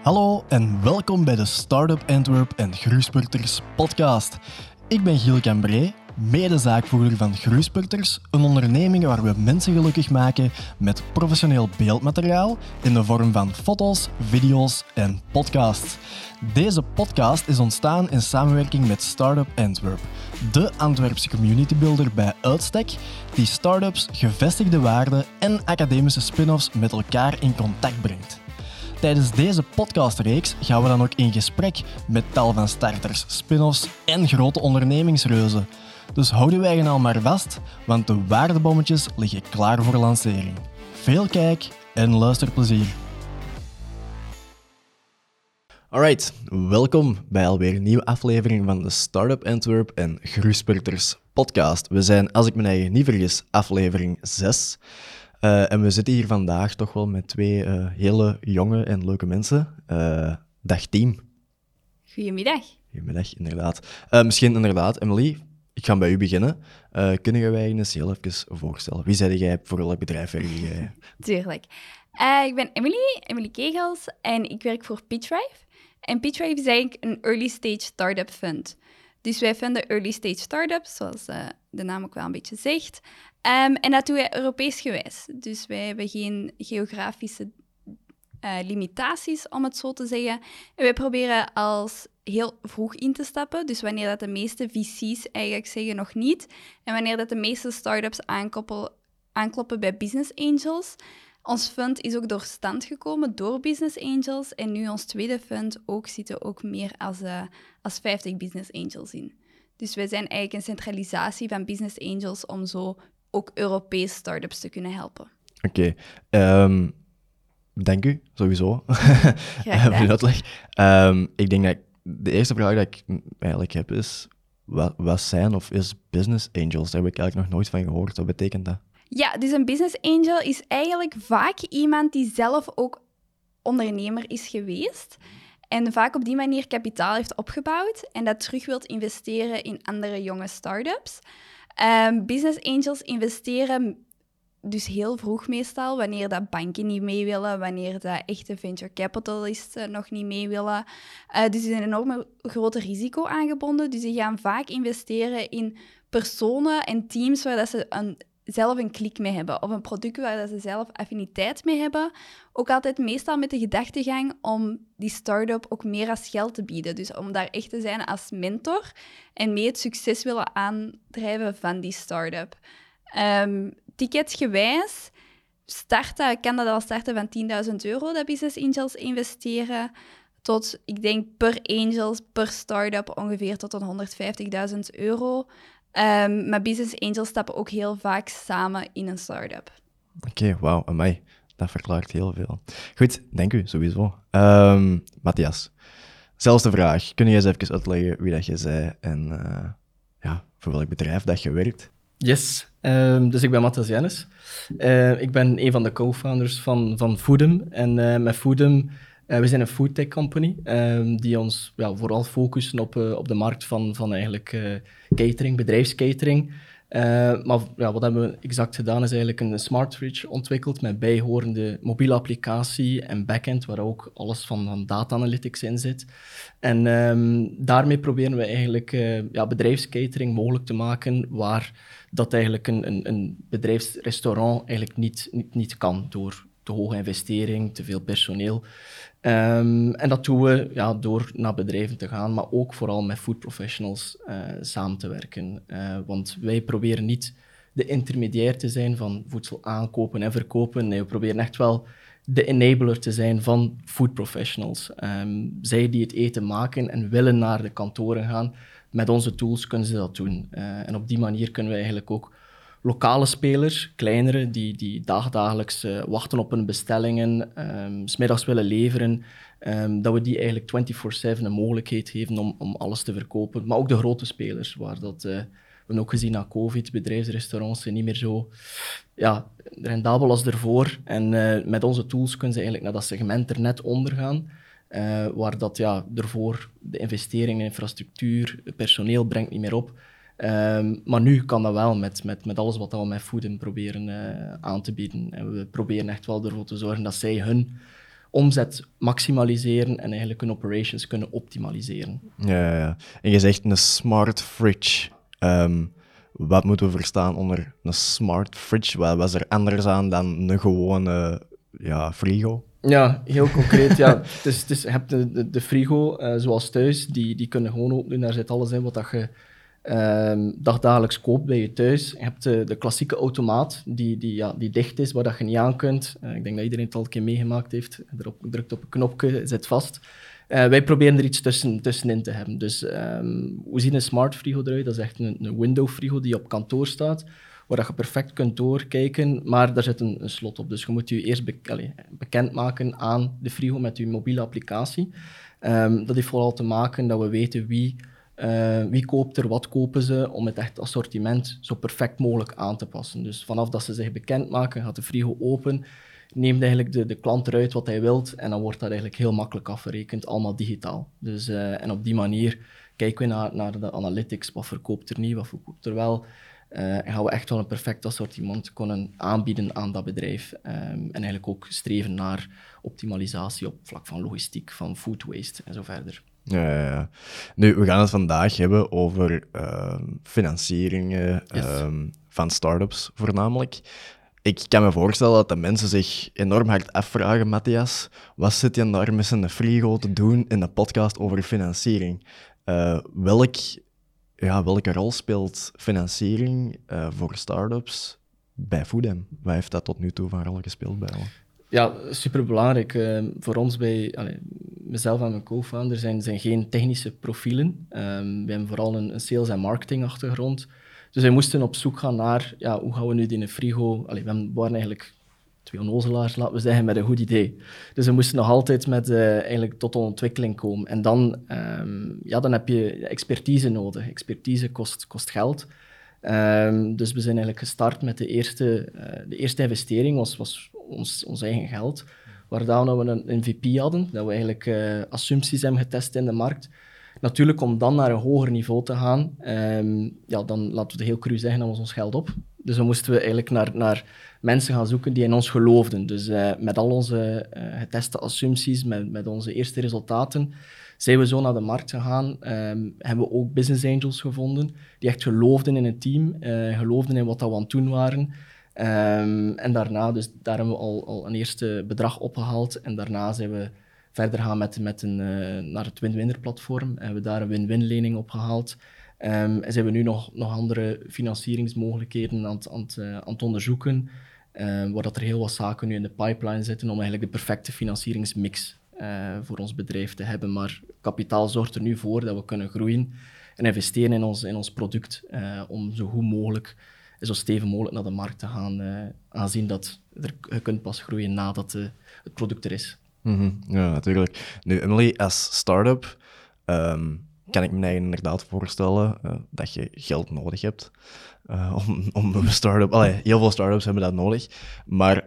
Hallo en welkom bij de Startup Antwerp en Groeispurters podcast. Ik ben Giel Cambré, mede-zaakvoerder van Groeispurters, een onderneming waar we mensen gelukkig maken met professioneel beeldmateriaal in de vorm van foto's, video's en podcasts. Deze podcast is ontstaan in samenwerking met Startup Antwerp, de Antwerpse community builder bij uitstek, die startups, gevestigde waarden en academische spin-offs met elkaar in contact brengt. Tijdens deze podcastreeks gaan we dan ook in gesprek met tal van starters, spin-offs en grote ondernemingsreuzen. Dus hou je eigen al maar vast, want de waardebommetjes liggen klaar voor lancering. Veel kijk- en luisterplezier. Alright, welkom bij alweer een nieuwe aflevering van de Startup Antwerp en Groeispurters podcast. We zijn, als ik me eigen niet vergis, aflevering 6. En we zitten hier vandaag toch wel met twee hele jonge en leuke mensen. Dag team. Goedemiddag. Goedemiddag, inderdaad. Misschien inderdaad, Emily, ik ga bij u beginnen. Kunnen je wij eens heel even voorstellen? Wie zei jij, voor welk bedrijf werk jij? Tuurlijk. Ik ben Emily Kegels, en ik werk voor Pitchrive. En Pitchrive is eigenlijk een early stage startup fund. Dus wij vinden early stage startups, zoals de naam ook wel een beetje zegt. En dat doen wij Europees gewijs. Dus wij hebben geen geografische limitaties, om het zo te zeggen. En wij proberen als heel vroeg in te stappen. Dus wanneer dat de meeste VC's eigenlijk zeggen nog niet. En wanneer dat de meeste startups aankloppen bij business angels. Ons fund is ook door stand gekomen door business angels. En nu ons tweede fund zitten ook meer als 50 business angels in. Dus wij zijn eigenlijk een centralisatie van business angels om zo ook Europese startups te kunnen helpen. Oké. Dank u, sowieso, Graag voor de uitleg. Ik denk dat de eerste vraag die ik eigenlijk heb is, wat zijn of is business angels? Daar heb ik eigenlijk nog nooit van gehoord. Wat betekent dat? Ja, dus een business angel is eigenlijk vaak iemand die zelf ook ondernemer is geweest en vaak op die manier kapitaal heeft opgebouwd en dat terug wilt investeren in andere jonge start-ups. Business angels investeren dus heel vroeg meestal, wanneer dat banken niet mee willen, wanneer dat echte venture capitalisten nog niet mee willen. Dus er is een enorm grote risico aangebonden. Dus die gaan vaak investeren in personen en teams waar dat ze zelf een klik mee hebben, of een product waar dat ze zelf affiniteit mee hebben. Ook altijd meestal met de gedachtegang om die start-up ook meer als geld te bieden. Dus om daar echt te zijn als mentor en mee het succes willen aandrijven van die start-up. Ticketgewijs kan dat al starten van €10.000 dat business angels investeren, tot, ik denk, per angels, per start-up ongeveer tot een €150.000. Maar business angels stappen ook heel vaak samen in een start-up. Oké, wauw, amai. Dat verklaart heel veel. Goed, dank u, sowieso. Matthias, zelfde vraag. Kun je eens even uitleggen wie dat je zei en voor welk bedrijf dat je werkt? Yes, dus ik ben Matthias Jannes. Ik ben een van de co-founders van Foodum. En met Foodum, we zijn een foodtech company die ons vooral focussen op de markt van eigenlijk catering, bedrijfscatering. Maar wat hebben we exact gedaan is eigenlijk een smart fridge ontwikkeld met bijhorende mobiele applicatie en backend, waar ook alles van data analytics in zit. En daarmee proberen we eigenlijk bedrijfscatering mogelijk te maken, waar dat eigenlijk een bedrijfsrestaurant eigenlijk niet kan door te hoge investering, te veel personeel. En dat doen we door naar bedrijven te gaan, maar ook vooral met food professionals samen te werken. Want wij proberen niet de intermediair te zijn van voedsel aankopen en verkopen. Nee, we proberen echt wel de enabler te zijn van food professionals. Zij die het eten maken en willen naar de kantoren gaan, met onze tools kunnen ze dat doen. En op die manier kunnen we eigenlijk ook lokale spelers, kleinere, die dagelijks wachten op hun bestellingen, 's middags willen leveren, dat we die eigenlijk 24/7 een mogelijkheid geven om alles te verkopen. Maar ook de grote spelers, waar dat, we hebben ook gezien na COVID, bedrijfsrestaurants zijn niet meer zo rendabel als ervoor. En met onze tools kunnen ze eigenlijk naar dat segment er net onder gaan, waar dat ervoor de investering in infrastructuur, personeel brengt niet meer op. Maar nu kan dat wel met alles wat we met Foodum proberen aan te bieden. En we proberen echt wel ervoor te zorgen dat zij hun omzet maximaliseren en eigenlijk hun operations kunnen optimaliseren. Ja. En je zegt een smart fridge. Wat moeten we verstaan onder een smart fridge? Wat was er anders aan dan een gewone frigo? Ja, heel concreet. Ja. Je hebt de frigo, zoals thuis, die kunnen gewoon openen. Daar zit alles in wat dat je dagelijks koopt bij je thuis. Je hebt de klassieke automaat die dicht is, waar dat je niet aan kunt. Ik denk dat iedereen het al een keer meegemaakt heeft. Erop drukt op een knopje, zit vast. Wij proberen er iets tussenin te hebben. Dus hoe ziet een smart frigo eruit? Dat is echt een window frigo die op kantoor staat, waar je perfect kunt doorkijken, maar daar zit een slot op. Dus je moet je eerst bekendmaken aan de frigo met je mobiele applicatie. Dat heeft vooral te maken dat we weten wie koopt er, wat kopen ze, om het echt assortiment zo perfect mogelijk aan te passen. Dus vanaf dat ze zich bekendmaken, gaat de frigo open, neemt eigenlijk de klant eruit wat hij wilt en dan wordt dat eigenlijk heel makkelijk afgerekend, allemaal digitaal. Dus, en op die manier kijken we naar de analytics, wat verkoopt er niet, wat verkoopt er wel. En gaan we echt wel een perfect assortiment kunnen aanbieden aan dat bedrijf. En eigenlijk ook streven naar optimalisatie op vlak van logistiek, van food waste en zo verder. Ja. Nu, we gaan het vandaag hebben over financieringen van start-ups voornamelijk. Ik kan me voorstellen dat de mensen zich enorm hard afvragen, Matthias, wat zit je daar met zijn frigo te doen in een podcast over financiering? Welke rol speelt financiering voor start-ups bij Foodem? Wat heeft dat tot nu toe van rol gespeeld bij jou? Ja, superbelangrijk. Voor ons, mezelf en mijn co-founder, zijn geen technische profielen. We hebben vooral een sales- en marketing-achtergrond. Dus wij moesten op zoek gaan naar, hoe gaan we nu die frigo... we waren eigenlijk 2 onnozelaars, laten we zeggen, met een goed idee. Dus we moesten nog altijd eigenlijk tot de ontwikkeling komen. En dan heb je expertise nodig. Expertise kost geld. Dus we zijn eigenlijk gestart met de eerste investering, was ons eigen geld. Waardoor we een MVP hadden, dat we eigenlijk assumpties hebben getest in de markt. Natuurlijk, om dan naar een hoger niveau te gaan, dan laten we het heel cru zeggen, dan was ons geld op. Dus dan moesten we eigenlijk naar mensen gaan zoeken die in ons geloofden. Dus met al onze geteste assumpties, met onze eerste resultaten, zijn we zo naar de markt gegaan. Hebben we ook business angels gevonden, die echt geloofden in het team, geloofden in wat we aan het doen waren. En daarna, dus daar hebben we al een eerste bedrag opgehaald. En daarna zijn we verder gaan naar het Win-Winner-platform. Hebben we daar een win-win-lening opgehaald. En zijn we nu nog andere financieringsmogelijkheden aan het onderzoeken. Waar dat er heel wat zaken nu in de pipeline zitten om eigenlijk de perfecte financieringsmix voor ons bedrijf te hebben. Maar kapitaal zorgt er nu voor dat we kunnen groeien en investeren in ons product om zo goed mogelijk en zo stevig mogelijk naar de markt te gaan, aangezien dat je kunt pas groeien nadat het product er is. Mm-hmm. Ja, natuurlijk. Nu, Emily, als start-up kan ik me eigenlijk inderdaad voorstellen dat je geld nodig hebt om een start-up... heel veel start-ups hebben dat nodig, maar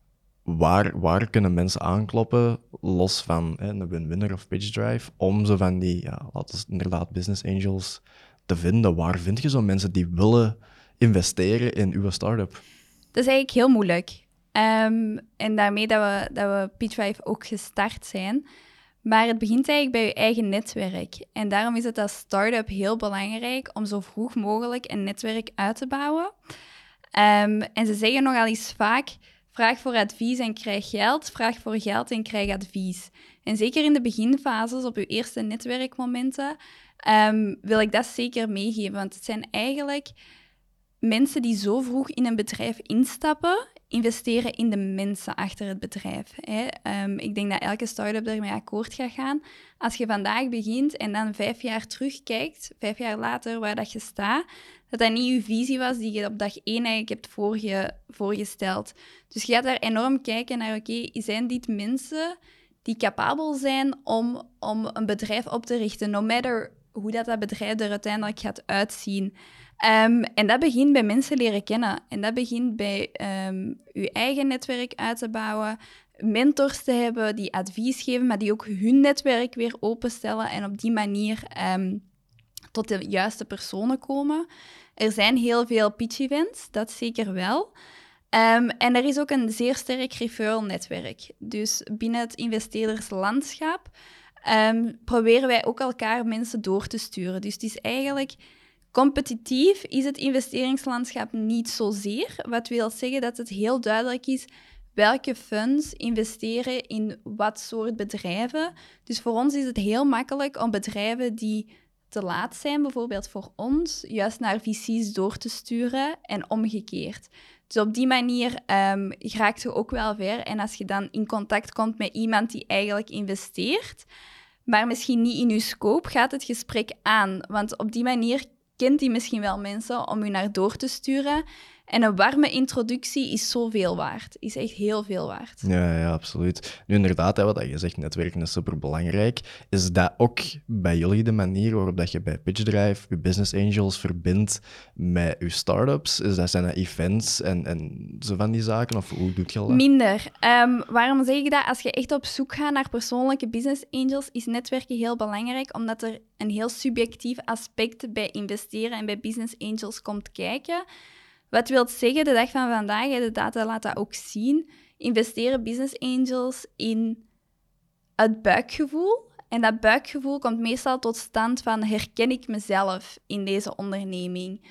waar kunnen mensen aankloppen, los van een Win-Winner of PitchDrive, om zo van die, laten we inderdaad business angels te vinden? Waar vind je zo mensen die willen investeren in uw start-up? Dat is eigenlijk heel moeilijk. En daarmee dat we PitchDrive ook gestart zijn. Maar het begint eigenlijk bij je eigen netwerk. En daarom is het als start-up heel belangrijk om zo vroeg mogelijk een netwerk uit te bouwen. En ze zeggen nogal eens vaak, vraag voor advies en krijg geld, vraag voor geld en krijg advies. En zeker in de beginfases, op je eerste netwerkmomenten, wil ik dat zeker meegeven. Want het zijn eigenlijk mensen die zo vroeg in een bedrijf instappen, investeren in de mensen achter het bedrijf. Ik denk dat elke start-up ermee akkoord gaat gaan. Als je vandaag begint en dan 5 jaar terugkijkt, 5 jaar later waar dat je staat, dat niet je visie was die je op dag 1 eigenlijk hebt voorgesteld. Dus je gaat daar enorm kijken naar, zijn dit mensen die capabel zijn om een bedrijf op te richten, no matter hoe dat bedrijf er uiteindelijk gaat uitzien. En dat begint bij mensen leren kennen. En dat begint bij je eigen netwerk uit te bouwen, mentors te hebben die advies geven, maar die ook hun netwerk weer openstellen en op die manier tot de juiste personen komen. Er zijn heel veel pitch-events, dat zeker wel. En er is ook een zeer sterk referral-netwerk. Dus binnen het investeerderslandschap proberen wij ook elkaar mensen door te sturen. Dus het is eigenlijk competitief, is het investeringslandschap niet zozeer. Wat wil zeggen dat het heel duidelijk is welke funds investeren in wat soort bedrijven. Dus voor ons is het heel makkelijk om bedrijven die te laat zijn, bijvoorbeeld voor ons, juist naar VC's door te sturen en omgekeerd. Dus op die manier raakt je ook wel ver. En als je dan in contact komt met iemand die eigenlijk investeert, maar misschien niet in je scope, gaat het gesprek aan. Want op die manier kent hij misschien wel mensen om u naar door te sturen. En een warme introductie is zoveel waard. Is echt heel veel waard. Ja, absoluut. Nu inderdaad, wat je zegt, netwerken is superbelangrijk. Is dat ook bij jullie de manier waarop dat je bij PitchDrive je business angels verbindt met je startups? Zijn dat events en zo van die zaken? Of hoe doet je dat? Minder. Waarom zeg ik dat? Als je echt op zoek gaat naar persoonlijke business angels, is netwerken heel belangrijk, omdat er een heel subjectief aspect bij investeren en bij business angels komt kijken. Wat wil zeggen, de dag van vandaag, de data laat dat ook zien, investeren business angels in het buikgevoel. En dat buikgevoel komt meestal tot stand van, herken ik mezelf in deze onderneming?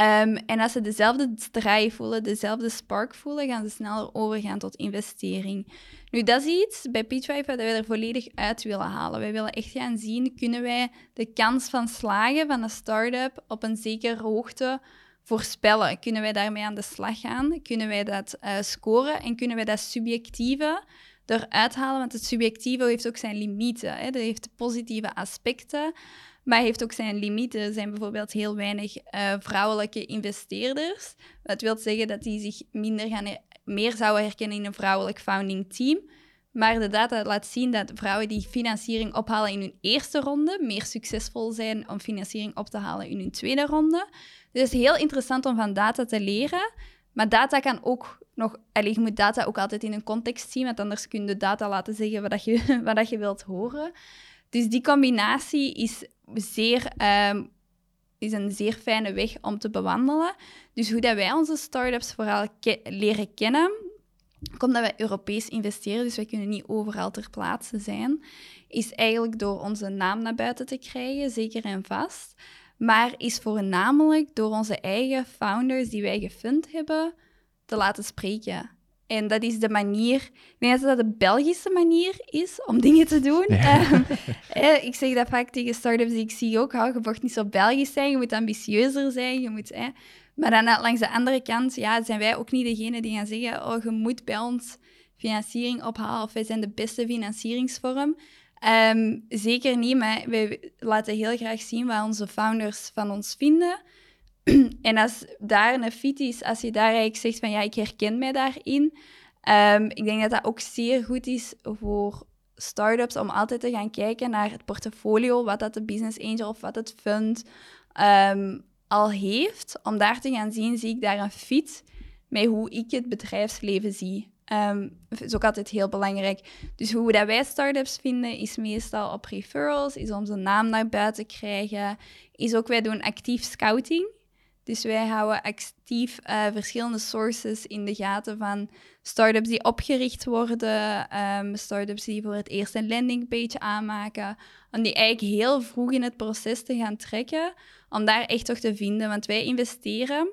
En als ze dezelfde drive voelen, dezelfde spark voelen, gaan ze sneller overgaan tot investering. Nu, dat is iets bij PitchDrive dat wij er volledig uit willen halen. Wij willen echt gaan zien, kunnen wij de kans van slagen van een start-up op een zekere hoogte voorspellen? Kunnen wij daarmee aan de slag gaan? Kunnen wij dat scoren? En kunnen wij dat subjectieve eruit halen? Want het subjectieve heeft ook zijn limieten. Dat heeft positieve aspecten, maar heeft ook zijn limieten. Er zijn bijvoorbeeld heel weinig vrouwelijke investeerders. Dat wil zeggen dat die zich meer zouden herkennen in een vrouwelijk founding team. Maar de data laat zien dat vrouwen die financiering ophalen in hun eerste ronde meer succesvol zijn om financiering op te halen in hun tweede ronde. Dus het is heel interessant om van data te leren. Maar data kan ook nog... je moet data ook altijd in een context zien, want anders kun je de data laten zeggen wat je wilt horen. Dus die combinatie is een zeer fijne weg om te bewandelen. Dus hoe dat wij onze start-ups vooral leren kennen, komt dat wij Europees investeren, dus wij kunnen niet overal ter plaatse zijn, is eigenlijk door onze naam naar buiten te krijgen, zeker en vast. Maar is voornamelijk door onze eigen founders die wij gefund hebben, te laten spreken. En dat is de manier... Ik denk dat de Belgische manier is om dingen te doen. Ja. Ik zeg dat vaak tegen start-ups die ik zie ook. Je mag niet zo Belgisch zijn, je moet ambitieuzer zijn. Je moet, Maar dan langs de andere kant zijn wij ook niet degene die gaan zeggen, je moet bij ons financiering ophalen of wij zijn de beste financieringsvorm. Zeker niet, maar wij laten heel graag zien wat onze founders van ons vinden. En als daar een fit is, als je daar eigenlijk zegt van ik herken mij daarin, ik denk dat dat ook zeer goed is voor start-ups om altijd te gaan kijken naar het portfolio, wat dat de business angel of wat het fund al heeft. Om daar te gaan zien, zie ik daar een fit met hoe ik het bedrijfsleven zie. Dat is ook altijd heel belangrijk. Dus hoe dat wij start-ups vinden, is meestal op referrals, is onze naam naar buiten krijgen, is ook wij doen actief scouting. Dus wij houden actief verschillende sources in de gaten van start-ups die opgericht worden, start-ups die voor het eerst een landingpage aanmaken, om die eigenlijk heel vroeg in het proces te gaan trekken, om daar echt toch te vinden. Want wij investeren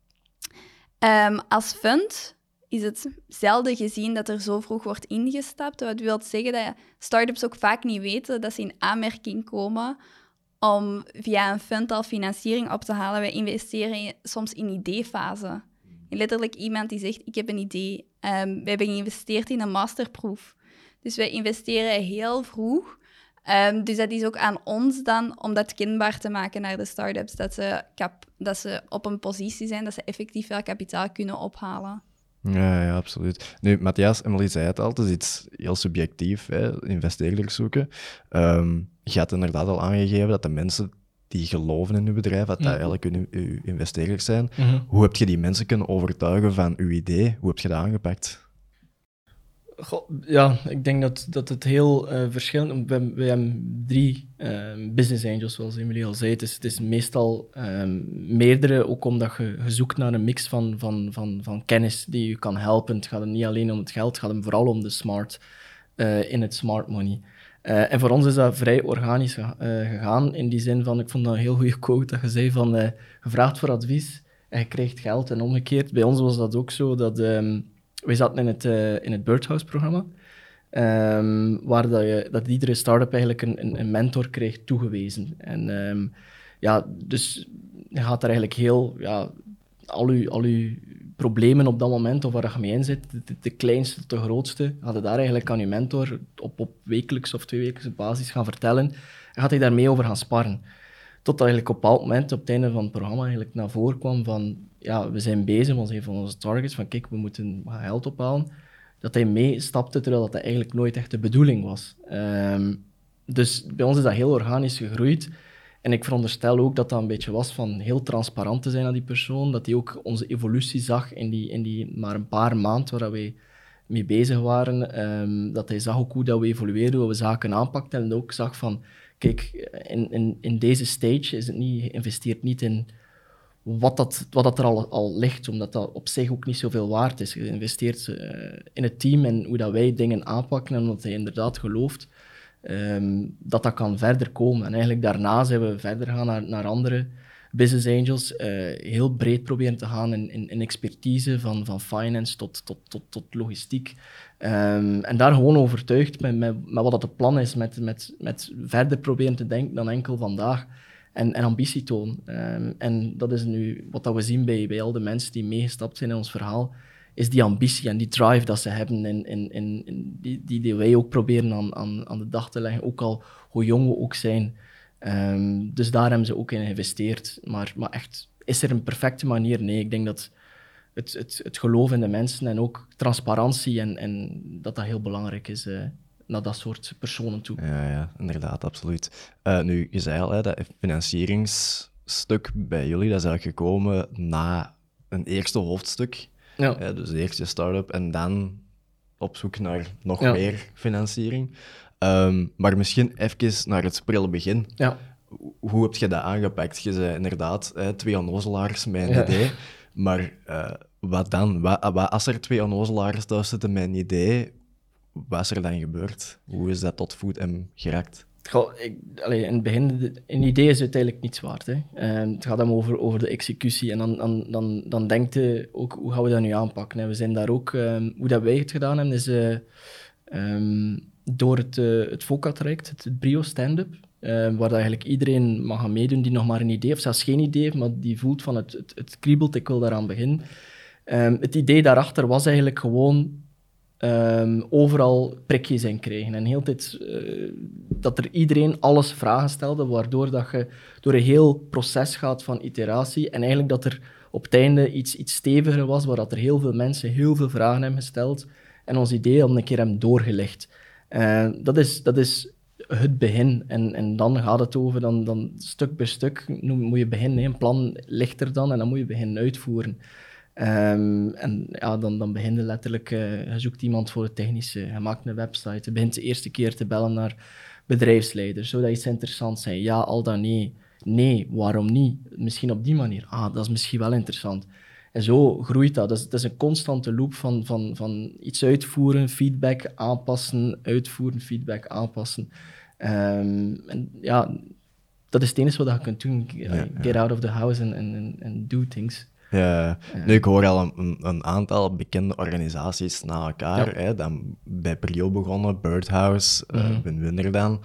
als fund, is het zelden gezien dat er zo vroeg wordt ingestapt. Wat wil zeggen dat start-ups ook vaak niet weten dat ze in aanmerking komen om via een fund al financiering op te halen. Wij investeren soms in ideefase. Letterlijk iemand die zegt, ik heb een idee. We hebben geïnvesteerd in een masterproef. Dus wij investeren heel vroeg. Dus dat is ook aan ons dan om dat kenbaar te maken naar de start-ups. Dat ze op een positie zijn, dat ze effectief wel kapitaal kunnen ophalen. Ja, absoluut. Nu, Matthias, Emily zei het al, het is iets heel subjectief, investeerders zoeken. Je had inderdaad al aangegeven dat de mensen die geloven in uw bedrijf, dat eigenlijk uw investeerders zijn. Hoe heb je die mensen kunnen overtuigen van uw idee? Hoe heb je dat aangepakt? Ja, ik denk dat het heel verschillend is. We hebben 3 business angels, zoals Emilie al zei. Het is meestal meerdere, ook omdat je zoekt naar een mix van kennis die je kan helpen. Het gaat er niet alleen om het geld, het gaat hem vooral om de smart in het smart money. En voor ons is dat vrij organisch gegaan, in die zin van, ik vond dat een heel goede quote dat je zei van, je vraagt voor advies en je krijgt geld en omgekeerd. Bij ons was dat ook zo, dat wij zaten in het Birdhouse-programma, waar dat iedere start-up eigenlijk een mentor kreeg toegewezen. En dus je gaat daar eigenlijk heel, al uw problemen op dat moment, of waar je mee in zit, de kleinste tot de grootste, gaat je daar eigenlijk aan je mentor op wekelijks of 2-wekelijkse basis gaan vertellen en gaat hij daarmee over gaan sparren. Tot eigenlijk op een bepaald moment, op het einde van het programma, eigenlijk naar voren kwam van, we zijn bezig met een van onze targets, van kijk, we moeten geld ophalen, dat hij meestapte, terwijl dat eigenlijk nooit echt de bedoeling was. Dus bij ons is dat heel organisch gegroeid. En ik veronderstel ook dat dat een beetje was van heel transparant te zijn aan die persoon, dat hij ook onze evolutie zag in die maar een paar maanden waar wij mee bezig waren, dat hij zag ook hoe dat we evolueerden, hoe we zaken aanpakten en ook zag van, kijk, in deze stage is het niet, geïnvesteerd niet in wat dat er al ligt, omdat dat op zich ook niet zoveel waard is. Je investeert in het team en hoe dat wij dingen aanpakken en omdat hij inderdaad gelooft dat kan verder komen. En eigenlijk daarna zijn we verder gaan naar andere business angels, heel breed proberen te gaan in expertise, van finance tot logistiek. En daar gewoon overtuigd met wat dat het plan is, met verder proberen te denken dan enkel vandaag. En ambitie tonen. En dat is nu wat dat we zien bij al de mensen die meegestapt zijn in ons verhaal, is die ambitie en die drive dat ze hebben die wij ook proberen aan de dag te leggen, ook al hoe jong we ook zijn. Dus daar hebben ze ook in geïnvesteerd. Maar echt, is er een perfecte manier? Nee, ik denk dat het geloof in de mensen en ook transparantie en dat heel belangrijk is naar dat soort personen toe. Ja, inderdaad, absoluut. Nu, je zei al, dat financieringsstuk bij jullie, dat is eigenlijk gekomen na een eerste hoofdstuk. Ja. Dus de eerste start-up en dan op zoek naar nog meer financiering. Maar misschien even naar het prille begin. Ja. Hoe heb je dat aangepakt? Je zei inderdaad 2 onnozelaars met een idee. Maar wat dan? Als er 2 onnozelaars thuis zitten met een idee, wat is er dan gebeurd? Hoe is dat tot Foodm geraakt? In het begin, een idee is uiteindelijk niets waard. Hè. Het gaat dan over de executie. En dan denkt je ook, hoe gaan we dat nu aanpakken? En we zijn daar ook, hoe dat wij het gedaan hebben, is door het VOCA-traject, het Brio Stand-up, waar dat eigenlijk iedereen mag gaan meedoen die nog maar een idee, of zelfs geen idee heeft, maar die voelt van het kriebelt, ik wil daaraan beginnen. Het idee daarachter was eigenlijk gewoon overal prikjes in krijgen. En heel tijd dat er iedereen alles vragen stelde, waardoor dat je door een heel proces gaat van iteratie en eigenlijk dat er op het einde iets steviger was, waar dat er heel veel mensen heel veel vragen hebben gesteld en ons idee al een keer hebben doorgelegd. Dat is het begin. En dan gaat het over, dan stuk bij stuk moet je beginnen. Een plan ligt er dan en dan moet je beginnen uitvoeren. Dan begin je letterlijk, je zoekt iemand voor het technische, je maakt een website, je begint de eerste keer te bellen naar bedrijfsleiders, zou dat iets interessants zijn? Ja, al dan nee. Nee, waarom niet? Misschien op die manier. Dat is misschien wel interessant. En zo groeit dat. Dat is een constante loop van iets uitvoeren, feedback aanpassen, uitvoeren, feedback aanpassen. Dat is het enige wat je kunt doen. Get out of the house and do things. Ja. Nu, ik hoor al een aantal bekende organisaties na elkaar. Ja. Hè, dan bij Brio begonnen, Birdhouse, Winner dan.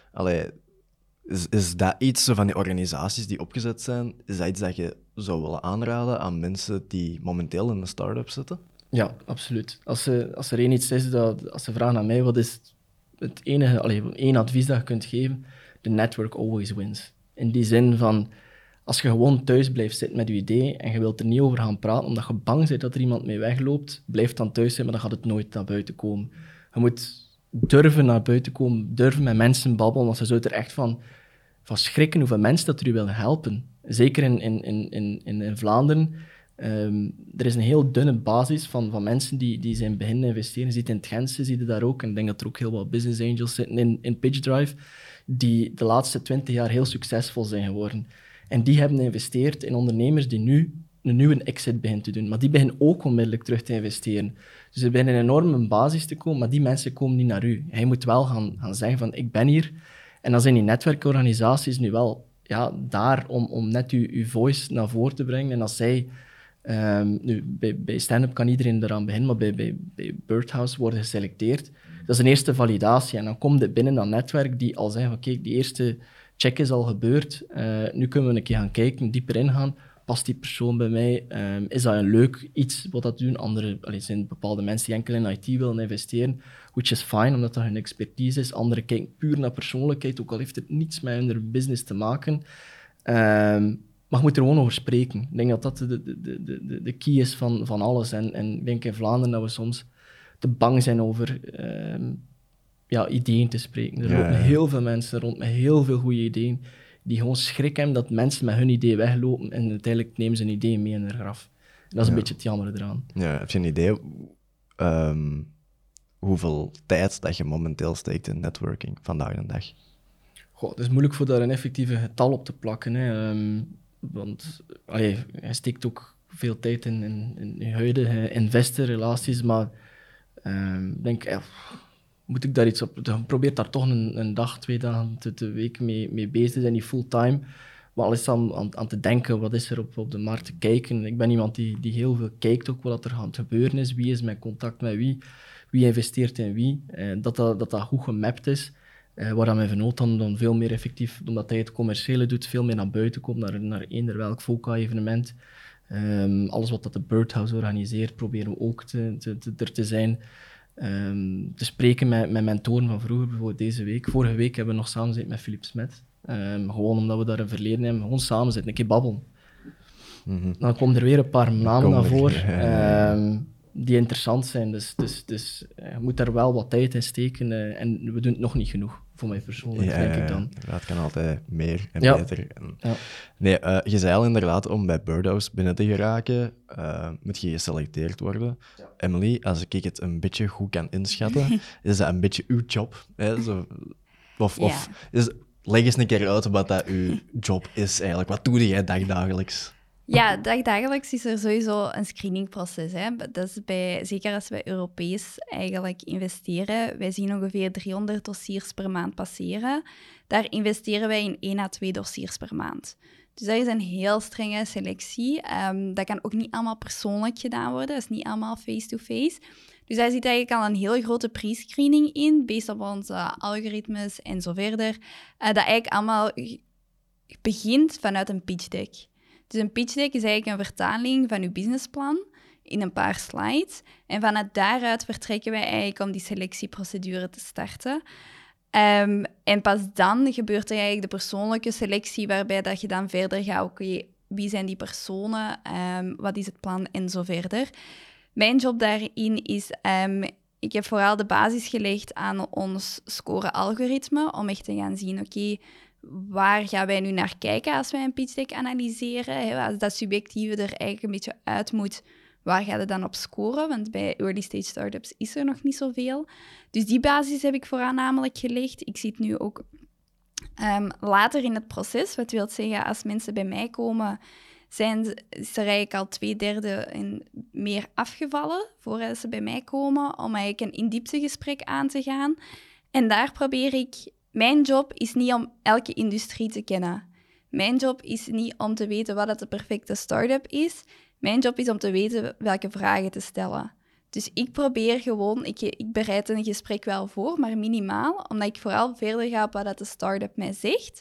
Is dat iets van die organisaties die opgezet zijn, is dat iets dat je zou willen aanraden aan mensen die momenteel in een start-up zitten? Ja, absoluut. Als er één iets is, als ze vragen aan mij, wat is het enige, één advies dat je kunt geven? The network always wins. In die zin van, als je gewoon thuis blijft zitten met je idee en je wilt er niet over gaan praten, omdat je bang bent dat er iemand mee wegloopt, blijf dan thuis zijn, maar dan gaat het nooit naar buiten komen. Je moet durven naar buiten komen, durven met mensen babbelen, want ze zouden er echt van schrikken hoeveel mensen dat er u willen helpen. Zeker in Vlaanderen, Er is een heel dunne basis van mensen die zijn beginnen investeren. Je ziet in het Gentse, zie je daar ook. En ik denk dat er ook heel wat business angels zitten in PitchDrive, die de laatste 20 jaar heel succesvol zijn geworden. En die hebben geïnvesteerd in ondernemers die nu een nieuwe exit beginnen te doen. Maar die beginnen ook onmiddellijk terug te investeren. Dus er begint een enorme basis te komen, maar die mensen komen niet naar u. Hij moet wel gaan zeggen van, ik ben hier. En dan zijn die netwerkorganisaties nu wel daar om net uw voice naar voren te brengen. En als zij... nu, bij stand-up kan iedereen eraan beginnen, maar bij Birdhouse worden geselecteerd. Dat is een eerste validatie. En dan komt het binnen dat netwerk die al zeggen van, kijk, die eerste check is al gebeurd. Nu kunnen we een keer gaan kijken, dieper ingaan. Past die persoon bij mij? Is dat een leuk iets wat dat doen? Er zijn bepaalde mensen die enkel in IT willen investeren, which is fine, omdat dat hun expertise is. Anderen kijken puur naar persoonlijkheid, ook al heeft het niets met hun business te maken. Maar je moet er gewoon over spreken. Ik denk dat dat de key is van alles. En ik denk in Vlaanderen dat we soms te bang zijn over ideeën te spreken. Er lopen heel veel mensen rond met heel veel goede ideeën, die gewoon schrik hebben dat mensen met hun idee weglopen en uiteindelijk nemen ze een idee mee in hun graf. En dat is een beetje het jammer eraan. Ja, heb je een idee hoeveel tijd dat je momenteel steekt in networking vandaag de dag? Goh, het is moeilijk voor daar een effectieve getal op te plakken. Hè. Want je steekt ook veel tijd in je huidige investorrelaties, maar ik denk... moet ik daar iets op... Je probeert daar toch een dag, 2 dagen de week mee bezig te zijn, niet fulltime. Maar al is aan te denken, wat is er op de markt te kijken. Ik ben iemand die heel veel kijkt, ook wat er aan het gebeuren is. Wie is mijn contact met wie investeert in wie. Dat goed gemapt is. Waar mijn vernoot dan veel meer effectief, omdat hij het commerciële doet, veel meer naar buiten komt, naar eender welk VOCA-evenement. Alles wat dat de Birdhouse organiseert, proberen we ook er te zijn. Te spreken met mentoren van vroeger, bijvoorbeeld deze week. Vorige week hebben we nog samen gezeten met Philip Smet. Gewoon omdat we daar een verleden hebben. Gewoon samen zitten, een keer babbelen. Mm-hmm. Dan komen er weer een paar namen naar voren die interessant zijn. Dus je moet daar wel wat tijd in steken. En we doen het nog niet genoeg, voor mij persoonlijk, denk ik dan. Dat kan altijd meer en beter. Nee, je zei al inderdaad, om bij Birdhouse binnen te geraken, moet je geselecteerd worden. Ja. Emily, als ik het een beetje goed kan inschatten, is dat een beetje uw job? Hè? Leg eens een keer uit wat dat uw job is eigenlijk. Wat doe jij dagdagelijks? Ja, dagdagelijks is er sowieso een screeningproces. Hè. Dat is zeker als wij Europees eigenlijk investeren. Wij zien ongeveer 300 dossiers per maand passeren. Daar investeren wij in 1 à 2 dossiers per maand. Dus dat is een heel strenge selectie. Dat kan ook niet allemaal persoonlijk gedaan worden. Dat is niet allemaal face-to-face. Dus daar zit eigenlijk al een heel grote pre-screening in, based op onze algoritmes en zo verder. Dat eigenlijk allemaal begint vanuit een pitch deck. Dus een pitch deck is eigenlijk een vertaling van uw businessplan in een paar slides. En vanuit daaruit vertrekken wij eigenlijk om die selectieprocedure te starten. En pas dan gebeurt er eigenlijk de persoonlijke selectie, waarbij dat je dan verder gaat, oké, wie zijn die personen, wat is het plan en zo verder. Mijn job daarin is, ik heb vooral de basis gelegd aan ons score-algoritme, om echt te gaan zien, oké, waar gaan wij nu naar kijken als wij een pitch deck analyseren? Als dat subjectieve er eigenlijk een beetje uit moet, waar gaat het dan op scoren? Want bij early stage startups is er nog niet zoveel. Dus die basis heb ik voornamelijk gelegd. Ik zit nu ook later in het proces. Wat wil zeggen, als mensen bij mij komen, is er eigenlijk al 2/3 en meer afgevallen voordat ze bij mij komen, om eigenlijk een in-diepte gesprek aan te gaan. En daar probeer ik... Mijn job is niet om elke industrie te kennen. Mijn job is niet om te weten wat het de perfecte start-up is. Mijn job is om te weten welke vragen te stellen. Dus ik probeer gewoon... Ik bereid een gesprek wel voor, maar minimaal. Omdat ik vooral verder ga op wat de start-up mij zegt.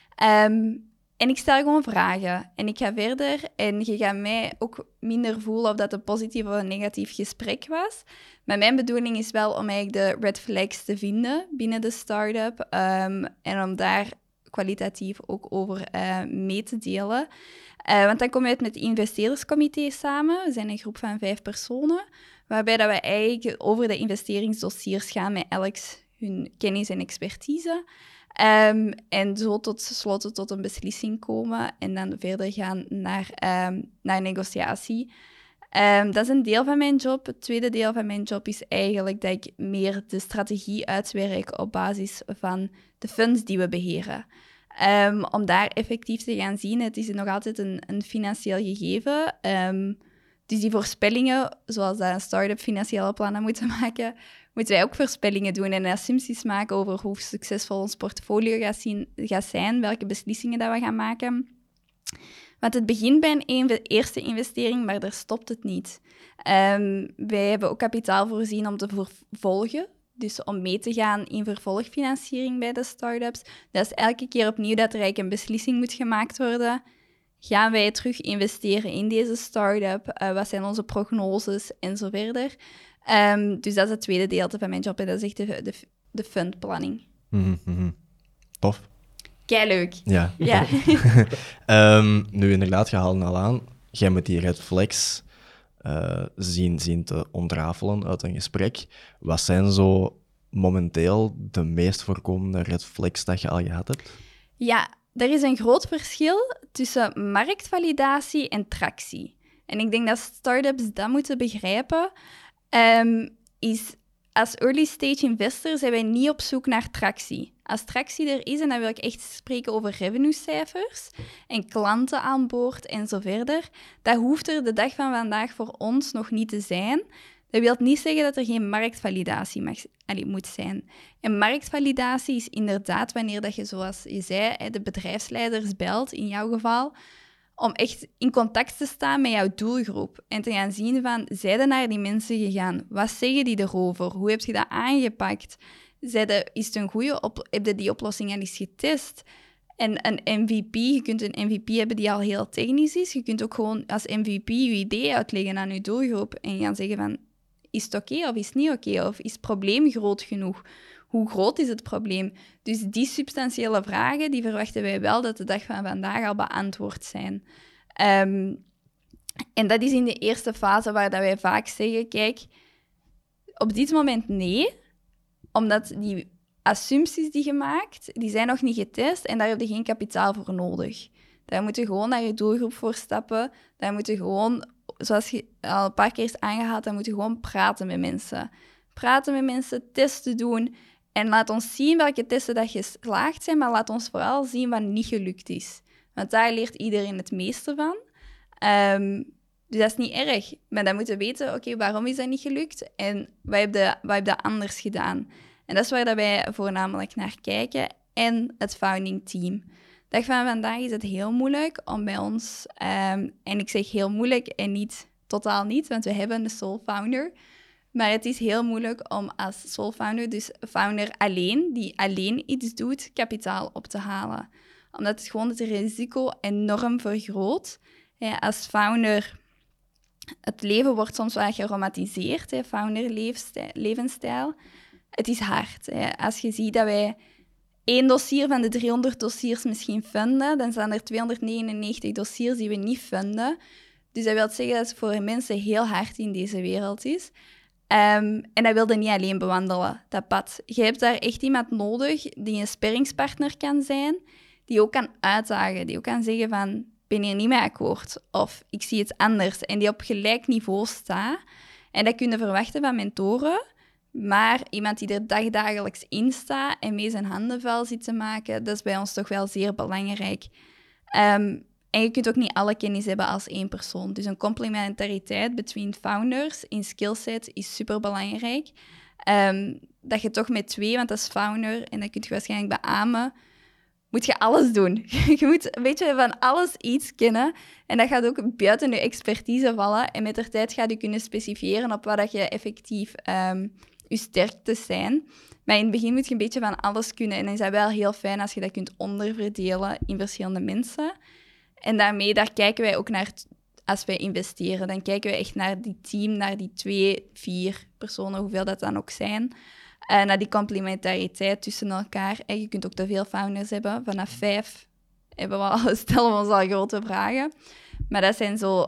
En ik stel gewoon vragen. En ik ga verder. En je gaat mij ook minder voelen of dat een positief of een negatief gesprek was. Maar mijn bedoeling is wel om eigenlijk de red flags te vinden binnen de start-up. En om daar kwalitatief ook over mee te delen. Want dan kom je uit met het investeerderscomité samen. We zijn een groep van 5 personen. Waarbij dat we eigenlijk over de investeringsdossiers gaan met elk hun kennis en expertise. En zo tot een beslissing komen en dan verder gaan naar negociatie. Dat is een deel van mijn job. Het tweede deel van mijn job is eigenlijk dat ik meer de strategie uitwerk op basis van de funds die we beheren. Om daar effectief te gaan zien, het is nog altijd een financieel gegeven. Dus die voorspellingen, zoals dat een start-up financiële plannen moeten maken, moeten wij ook voorspellingen doen en assumpties maken over hoe succesvol ons portfolio gaat zijn, welke beslissingen dat we gaan maken. Want het begint bij een eerste investering, maar daar stopt het niet. Wij hebben ook kapitaal voorzien om te vervolgen, dus om mee te gaan in vervolgfinanciering bij de start-ups. Dus elke keer opnieuw dat er een beslissing moet gemaakt worden, gaan wij terug investeren in deze start-up? Wat zijn onze prognoses en zo verder? Dus dat is het tweede deel van mijn job en dat is echt de fundplanning. Tof. Keileuk. Ja. Ja. Nu inderdaad, je haalde al aan, jij moet die red flags zien te ontrafelen uit een gesprek. Wat zijn zo momenteel de meest voorkomende red flags dat je al gehad hebt? Ja, er is een groot verschil tussen marktvalidatie en tractie. En ik denk dat start-ups dat moeten begrijpen. Als early-stage investor zijn wij niet op zoek naar tractie. Als tractie er is, en dan wil ik echt spreken over revenue-cijfers en klanten aan boord en zo verder, dat hoeft er de dag van vandaag voor ons nog niet te zijn. Dat wil niet zeggen dat er geen marktvalidatie moet zijn. En marktvalidatie is inderdaad wanneer dat je, zoals je zei, de bedrijfsleiders belt, in jouw geval, om echt in contact te staan met jouw doelgroep en te gaan zien van, zijn er naar die mensen gegaan? Wat zeggen die erover? Hoe heb je dat aangepakt? Is het een goede heb je die oplossing al eens getest? En een MVP, je kunt een MVP hebben die al heel technisch is. Je kunt ook gewoon als MVP je idee uitleggen aan je doelgroep en gaan zeggen van, is het oké of is het niet oké? Of is het probleem groot genoeg? Hoe groot is het probleem? Dus die substantiële vragen, die verwachten wij wel dat de dag van vandaag al beantwoord zijn. En dat is in de eerste fase waar dat wij vaak zeggen, kijk, op dit moment nee, omdat die assumpties die je maakt, die zijn nog niet getest en daar heb je geen kapitaal voor nodig. Daar moet je gewoon naar je doelgroep voor stappen. Daar moet je gewoon, zoals je al een paar keer is aangehaald, dan moet je gewoon praten met mensen. Praten met mensen, testen doen. En laat ons zien welke testen dat geslaagd zijn, maar laat ons vooral zien wat niet gelukt is. Want daar leert iedereen het meeste van. Dus dat is niet erg. Maar dan moeten we weten, oké, waarom is dat niet gelukt? En wat heb je anders gedaan? En dat is waar dat wij voornamelijk naar kijken. En het founding team. Dag van vandaag is het heel moeilijk om bij ons... en ik zeg heel moeilijk en niet, totaal niet, want we hebben een sole founder. Maar het is heel moeilijk om als sole founder, dus founder alleen, die alleen iets doet, kapitaal op te halen. Omdat het gewoon het risico enorm vergroot. Als founder... Het leven wordt soms wel geromantiseerd, founder-levensstijl. Het is hard. Als je ziet dat wij 1 dossier van de 300 dossiers misschien funden, dan zijn er 299 dossiers die we niet funden. Dus dat wil zeggen dat het voor mensen heel hard in deze wereld is. En dat wilde niet alleen bewandelen, dat pad. Je hebt daar echt iemand nodig die een sparringspartner kan zijn, die ook kan uitdagen, die ook kan zeggen van... ben hier niet mee akkoord, of ik zie het anders, en die op gelijk niveau staat. En dat kun je verwachten van mentoren, maar iemand die er dagelijks in staat en mee zijn handen vuil zit te maken, dat is bij ons toch wel zeer belangrijk. En je kunt ook niet alle kennis hebben als één persoon. Dus een complementariteit tussen founders in skillset is superbelangrijk. Dat je toch met 2, want dat is founder, en dat kun je waarschijnlijk beamen, moet je alles doen. Je moet een beetje van alles iets kennen. En dat gaat ook buiten je expertise vallen. En met de tijd gaat je kunnen specifiëren op wat dat je effectief je sterktes zijn. Maar in het begin moet je een beetje van alles kunnen. En dan is dat wel heel fijn als je dat kunt onderverdelen in verschillende mensen. En daarmee, daar kijken wij ook naar, als wij investeren. Dan kijken we echt naar die team, naar die 2, 4 personen, hoeveel dat dan ook zijn. Naar die complementariteit tussen elkaar. En je kunt ook te veel founders hebben. Vanaf 5 stellen we ons al grote vragen. Maar dat zijn zo...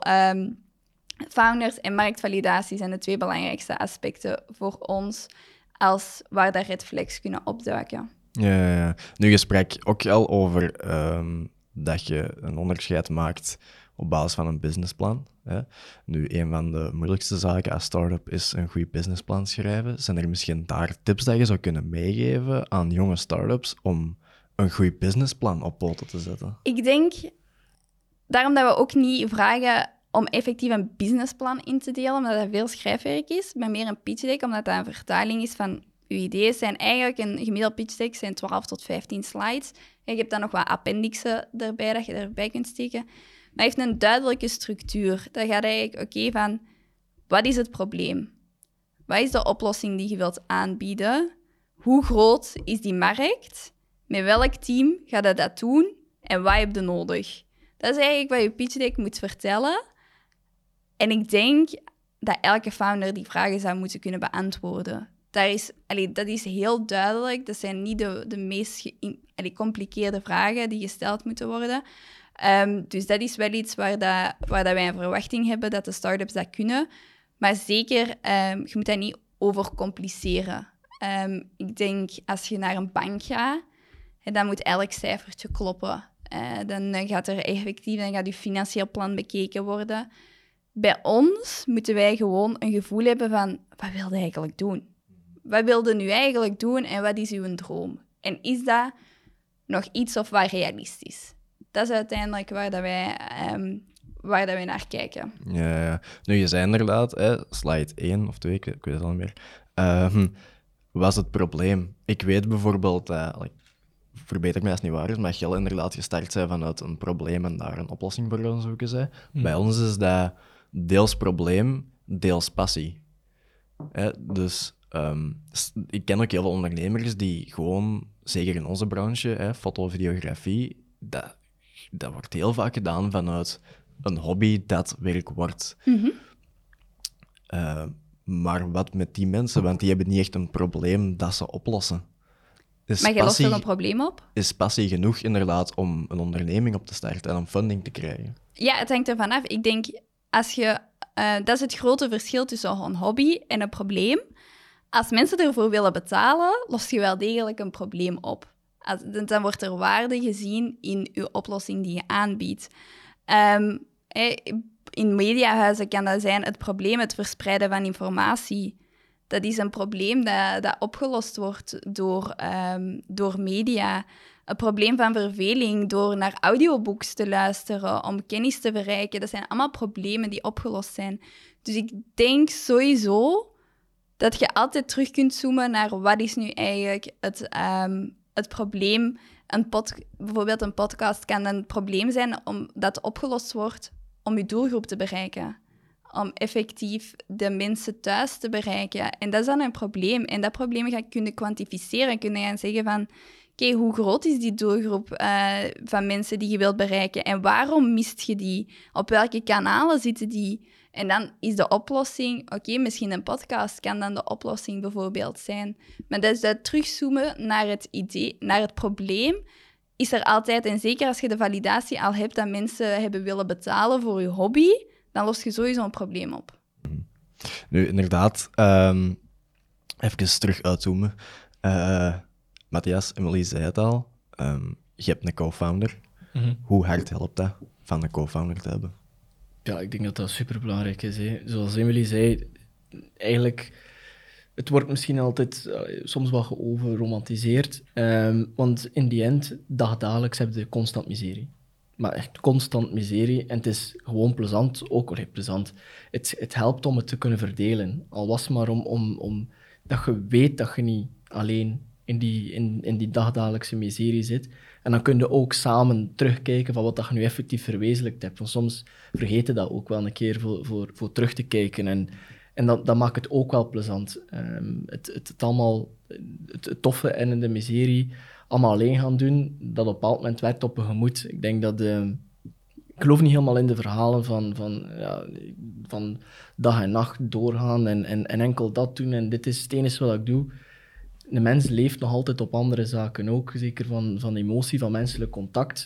founders en marktvalidatie zijn de 2 belangrijkste aspecten voor ons, als waar daar red flags kunnen opduiken. Ja. Nu, je sprak ook al over dat je een onderscheid maakt op basis van een businessplan. Hè? Nu, een van de moeilijkste zaken als start-up is een goed businessplan schrijven. Zijn er misschien daar tips dat je zou kunnen meegeven aan jonge start-ups om een goed businessplan op poten te zetten? Ik denk, daarom dat we ook niet vragen om effectief een businessplan in te delen, omdat dat veel schrijfwerk is, maar meer een pitch deck, omdat dat een vertaling is van uw ideeën. Zijn eigenlijk een gemiddeld pitch deck zijn 12 tot 15 slides. En je hebt dan nog wat appendixen erbij, dat je erbij kunt steken. Maar het heeft een duidelijke structuur. Dat gaat eigenlijk, van, wat is het probleem? Wat is de oplossing die je wilt aanbieden? Hoe groot is die markt? Met welk team gaat je dat doen? En wat heb je nodig? Dat is eigenlijk wat je pitch deck moet vertellen. En ik denk dat elke founder die vragen zou moeten kunnen beantwoorden. Dat is heel duidelijk. Dat zijn niet de meest gecompliceerde vragen die gesteld moeten worden. Dus dat is wel iets waar wij een verwachting hebben dat de start-ups dat kunnen. Maar zeker, je moet dat niet overcompliceren. Ik denk, als je naar een bank gaat, dan moet elk cijfertje kloppen. Dan gaat je financieel plan bekeken worden. Bij ons moeten wij gewoon een gevoel hebben van, wat wil je eigenlijk doen? Wat wil je nu eigenlijk doen en wat is uw droom? En is dat nog iets of wat realistisch? Dat is uiteindelijk waar wij naar kijken. Ja. Nu, je zei inderdaad, slide 1 of 2, ik weet het al niet meer. Was het probleem? Ik weet bijvoorbeeld, verbeter mij als het niet waar is, maar Gel inderdaad gestart zijn vanuit een probleem en daar een oplossing voor gaan zoeken zijn. Bij ons is dat deels probleem, deels passie. Dus ik ken ook heel veel ondernemers die gewoon, zeker in onze branche, foto, videografie, dat wordt heel vaak gedaan vanuit een hobby dat werk wordt. Mm-hmm. Maar wat met die mensen? Want die hebben niet echt een probleem dat ze oplossen. Maar je lost wel een probleem op? Is passie genoeg inderdaad om een onderneming op te starten en om funding te krijgen? Ja, het hangt ervan af. Ik denk, dat is het grote verschil tussen een hobby en een probleem. Als mensen ervoor willen betalen, lost je wel degelijk een probleem op. Dan wordt er waarde gezien in je oplossing die je aanbiedt. In mediahuizen kan dat zijn het probleem, het verspreiden van informatie. Dat is een probleem dat opgelost wordt door media. Een probleem van verveling door naar audiobooks te luisteren, om kennis te verrijken. Dat zijn allemaal problemen die opgelost zijn. Dus ik denk sowieso dat je altijd terug kunt zoomen naar wat is nu eigenlijk het probleem. Bijvoorbeeld een podcast kan een probleem zijn dat opgelost wordt om je doelgroep te bereiken. Om effectief de mensen thuis te bereiken. En dat is dan een probleem. En dat probleem kun je kwantificeren. Kun je gaan zeggen van, oké, hoe groot is die doelgroep van mensen die je wilt bereiken? En waarom mist je die? Op welke kanalen zitten die? En dan is de oplossing, misschien een podcast kan dan de oplossing bijvoorbeeld zijn. Maar dat is dat terugzoomen naar het idee, naar het probleem, is er altijd. En zeker als je de validatie al hebt dat mensen hebben willen betalen voor je hobby, dan los je sowieso een probleem op. Nu, inderdaad, even terug uitzoomen. Matthias, Emily zei het al, je hebt een co-founder. Mm-hmm. Hoe hard helpt dat van een co-founder te hebben? Ja, ik denk dat dat superbelangrijk is. Hè. Zoals Emily zei, eigenlijk, het wordt misschien altijd soms wat geoverromantiseerd, want in die end, dagdagelijks heb je constant miserie. Maar echt constant miserie. En het is gewoon plezant, ook wel plezant. Het helpt om het te kunnen verdelen. Al was het maar om dat je weet dat je niet alleen in die dagdagelijkse miserie zit. En dan kun je ook samen terugkijken van wat dat je nu effectief verwezenlijkt hebt. Want soms vergeet je dat ook wel een keer voor terug te kijken. En dat maakt het ook wel plezant. Het toffe en de miserie allemaal alleen gaan doen, dat op een bepaald moment werkt op een gemoed. Ik denk dat... ik geloof niet helemaal in de verhalen van dag en nacht doorgaan en enkel dat doen en dit is het enige wat ik doe. De mens leeft nog altijd op andere zaken ook, zeker van emotie, van menselijk contact.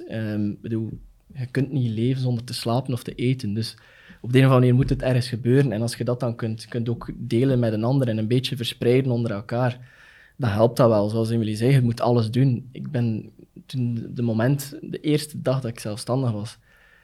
Je kunt niet leven zonder te slapen of te eten, dus op de een of andere manier moet het ergens gebeuren en als je dat dan kunt ook delen met een ander en een beetje verspreiden onder elkaar, dan helpt dat wel. Zoals Emily zei, je moet alles doen. Ik ben toen de eerste dag dat ik zelfstandig was,